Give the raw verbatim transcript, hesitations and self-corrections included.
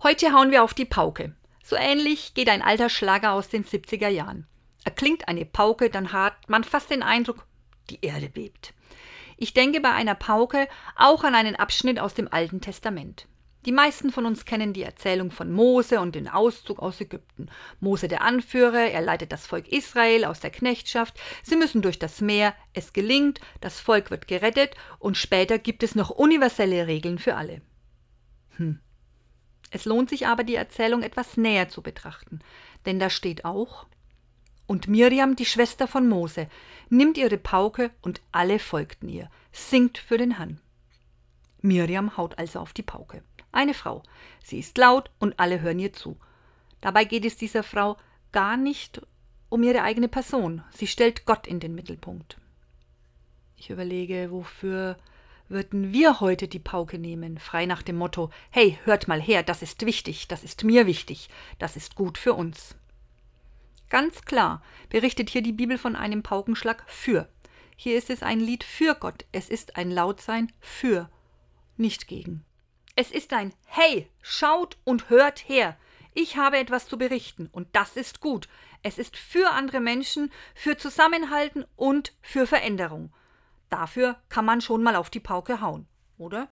Heute hauen wir auf die Pauke. So ähnlich geht ein alter Schlager aus den siebziger Jahren. Erklingt eine Pauke, dann hat man fast den Eindruck, die Erde bebt. Ich denke bei einer Pauke auch an einen Abschnitt aus dem Alten Testament. Die meisten von uns kennen die Erzählung von Mose und den Auszug aus Ägypten. Mose der Anführer, er leitet das Volk Israel aus der Knechtschaft. Sie müssen durch das Meer, es gelingt, das Volk wird gerettet und später gibt es noch universelle Regeln für alle. Hm. Es lohnt sich aber, die Erzählung etwas näher zu betrachten, denn da steht auch: Und Mirjam, die Schwester von Mose, nimmt ihre Pauke und alle folgten ihr, singt für den Herrn. Mirjam haut also auf die Pauke. Eine Frau. Sie ist laut und alle hören ihr zu. Dabei geht es dieser Frau gar nicht um ihre eigene Person. Sie stellt Gott in den Mittelpunkt. Ich überlege, wofür würden wir heute die Pauke nehmen, frei nach dem Motto: Hey, hört mal her, das ist wichtig, das ist mir wichtig, das ist gut für uns. Ganz klar berichtet hier die Bibel von einem Paukenschlag für. Hier ist es ein Lied für Gott, es ist ein Lautsein für, nicht gegen. Es ist ein Hey, schaut und hört her. Ich habe etwas zu berichten und das ist gut. Es ist für andere Menschen, für Zusammenhalten und für Veränderung. Dafür kann man schon mal auf die Pauke hauen, oder?